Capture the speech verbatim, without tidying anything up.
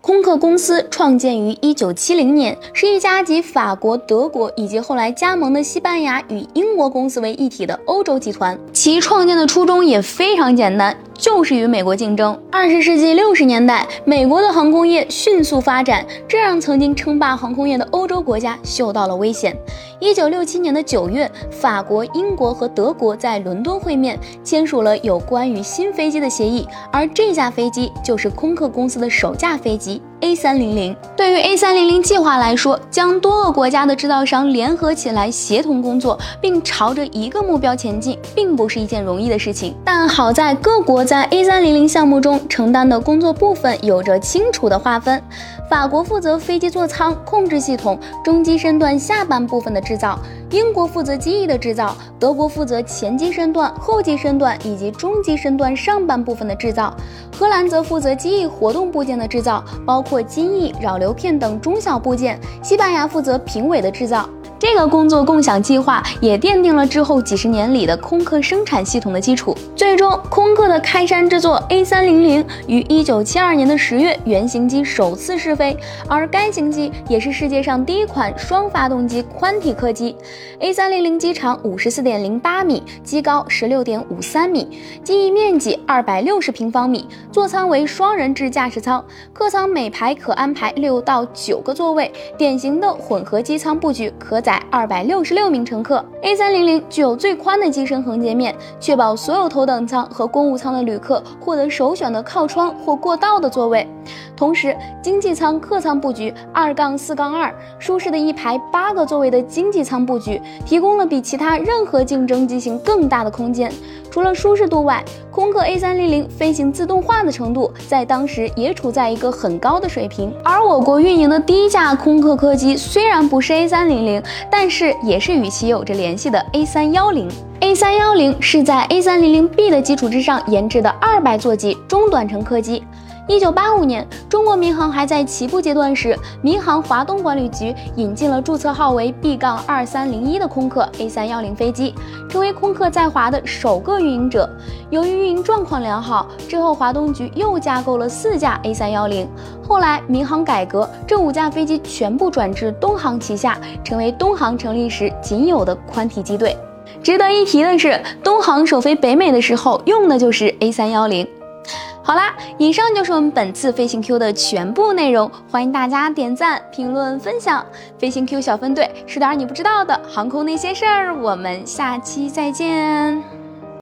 空客公司创建于一九七零年，是一家集法国、德国以及后来加盟的西班牙与英国公司为一体的欧洲集团。其创建的初衷也非常简单，就是与美国竞争。二十世纪六十年代，美国的航空业迅速发展，这让曾经称霸航空业的欧洲国家嗅到了危险。一九六七年的九月，法国、英国和德国在伦敦会面，签署了有关于新飞机的协议，而这架飞机就是空客公司的首架飞机 A 三零零。对于 A 三零零计划来说，将多个国家的制造商联合起来协同工作，并朝着一个目标前进，并不是一件容易的事情。但好在各国在 A 三零零项目中承担的工作部分有着清楚的划分。法国负责飞机座舱、控制系统、中机身段下半部分的制造，英国负责机翼的制造，德国负责前机身段、后机身段以及中机身段上半部分的制造，荷兰则负责机翼活动部件的制造，包括襟翼、扰流片等中小部件，西班牙负责平尾的制造。这个工作共享计划也奠定了之后几十年里的空客生产系统的基础。最终，空客的开山之作 A 三零零 于一九七二年的十月原型机首次试飞，而该型机也是世界上第一款双发动机宽体客机。A 三零零 机长 五十四点零八米，机高 十六点五三米，机翼面积二百六十平方米，座舱为双人制驾驶舱，客舱每排可安排六到九个座位，典型的混合机舱布局，可载二百六十六名乘客。 A 三零零 具有最宽的机身横截面，确保所有头等舱和公务舱的旅客获得首选的靠窗或过道的座位。同时，经济舱客舱布局 二杠四杠二， 舒适的一排八个座位的经济舱布局，提供了比其他任何竞争机型更大的空间。除了舒适度外，空客 A 三零零 飞行自动化的程度在当时也处在一个很高的水平。而我国运营的第一架空客客机虽然不是 A 三零零，但是也是与其有着联系的 A 三一零。A 三一零 是在 A 三零零 B 的基础之上研制的二百座级中短程客机。一九八五年，中国民航还在起步阶段时，民航华东管理局引进了注册号为 B 二三零一 的空客 A 三一零 飞机，成为空客在华的首个运营者。由于运营状况良好，之后华东局又架构了四架 A 三一零。后来民航改革，这五架飞机全部转至东航旗下，成为东航成立时仅有的宽体机队。值得一提的是，东航首飞北美的时候用的就是 A 三一零。好啦，以上就是我们本次飞行 Q 的全部内容，欢迎大家点赞、评论、分享。飞行 Q 小分队，说点你不知道的航空那些事儿，我们下期再见。